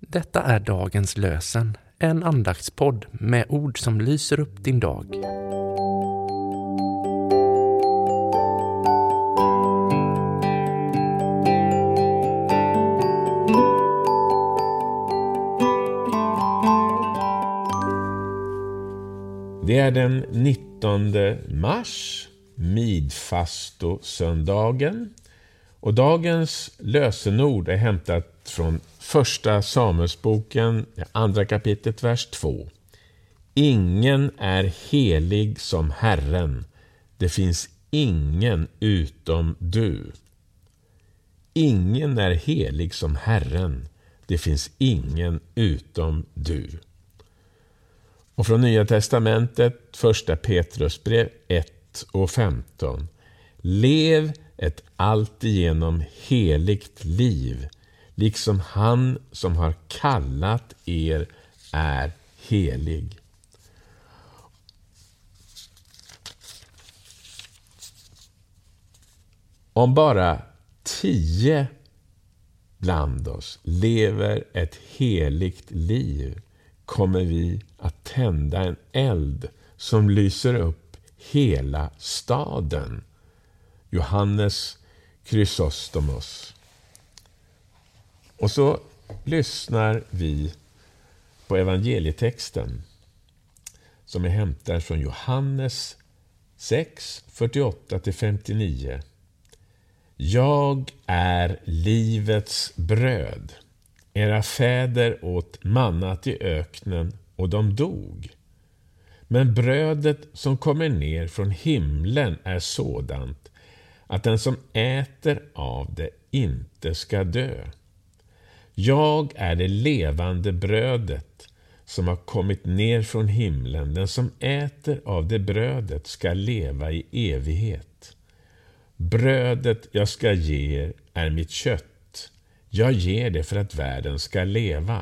Detta är dagens lösen, en andaktspodd med ord som lyser upp din dag. Det är den 19 mars, midfastosöndagen, och dagens lösenord är hämtat från första Samuelsboken, andra kapitlet, vers 2. Ingen är helig som Herren, det finns ingen utom du. Ingen är helig som Herren, det finns ingen utom du. Och från Nya testamentet, första Petrusbrev 1:15. Lev ett alltigenom heligt liv, liksom han som har kallat er är helig. Om bara 10 bland oss lever ett heligt liv, kommer vi att tända en eld som lyser upp hela staden. Johannes Chrysostomos. Och så lyssnar vi på evangelietexten som är hämtad från Johannes 6, 48-59. Jag är livets bröd. Era fäder åt mannat i öknen och de dog. Men brödet som kommer ner från himlen är sådant att den som äter av det inte ska dö. Jag är det levande brödet som har kommit ner från himlen. Den som äter av det brödet ska leva i evighet. Brödet jag ska ge er är mitt kött. Jag ger det för att världen ska leva.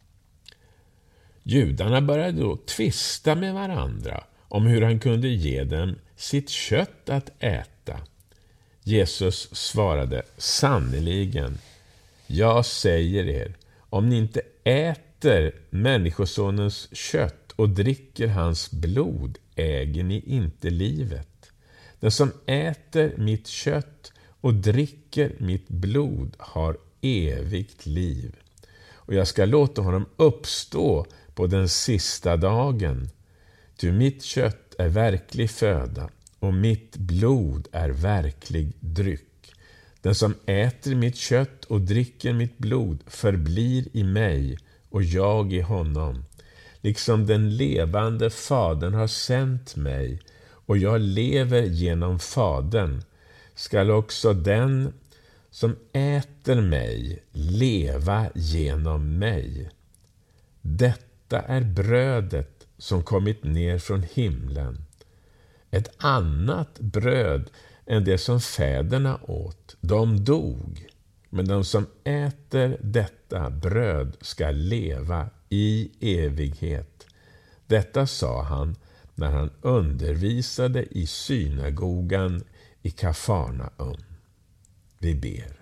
Judarna började då tvista med varandra om hur han kunde ge dem sitt kött att äta. Jesus svarade, sannerligen, jag säger er, om ni inte äter människosonens kött och dricker hans blod, äger ni inte livet. Den som äter mitt kött och dricker mitt blod har evigt liv. Och jag ska låta honom uppstå på den sista dagen. Ty mitt kött är verklig föda och mitt blod är verklig dryck. Den som äter mitt kött och dricker mitt blod förblir i mig och jag i honom. Liksom den levande Fadern har sänt mig och jag lever genom Fadern, skall också den som äter mig leva genom mig. Detta är brödet som kommit ner från himlen. Ett annat bröd än det som fäderna åt, de dog. Men de som äter detta bröd ska leva i evighet. Detta sa han när han undervisade i synagogan i Kafarnaum. Vi ber.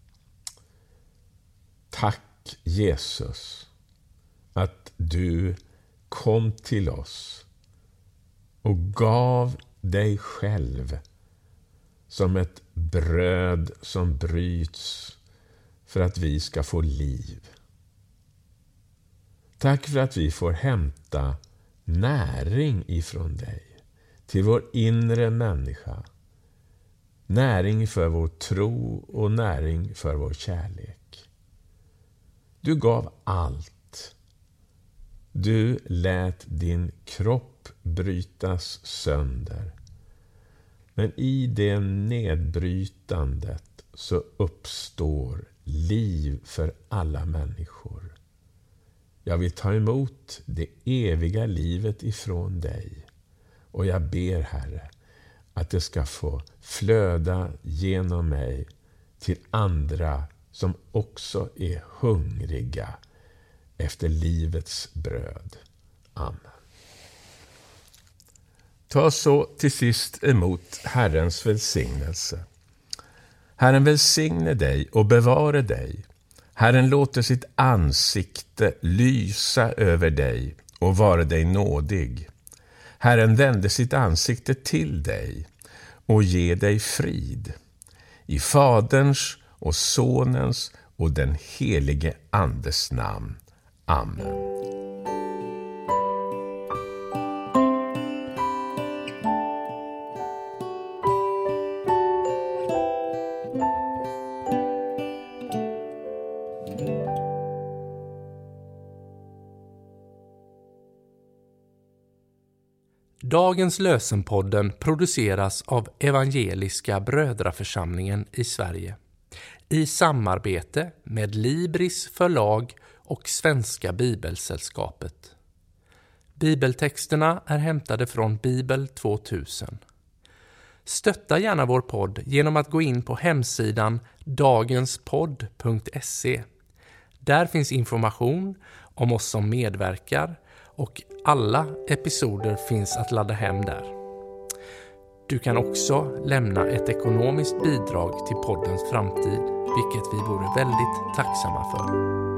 Tack Jesus att du kom till oss och gav dig själv som ett bröd som bryts för att vi ska få liv. Tack för att vi får hämta näring ifrån dig till vår inre människa. Näring för vår tro och näring för vår kärlek. Du gav allt. Du lät din kropp brytas sönder. Men i det nedbrytandet så uppstår liv för alla människor. Jag vill ta emot det eviga livet ifrån dig. Och jag ber, Herre, att det ska få flöda genom mig till andra som också är hungriga efter livets bröd. Amen. Ta så till sist emot Herrens välsignelse. Herren välsigne dig och bevare dig. Herren låter sitt ansikte lysa över dig och vara dig nådig. Herren vände sitt ansikte till dig och ge dig frid. I Faderns och Sonens och den helige Andes namn. Amen. Dagens lösenpodden produceras av Evangeliska Brödraförsamlingen i Sverige i samarbete med Libris förlag och Svenska Bibelsällskapet. Bibeltexterna är hämtade från Bibel 2000. Stötta gärna vår podd genom att gå in på hemsidan dagenspodd.se. Där finns information om oss som medverkar och alla episoder finns att ladda hem där. Du kan också lämna ett ekonomiskt bidrag till poddens framtid, vilket vi vore väldigt tacksamma för.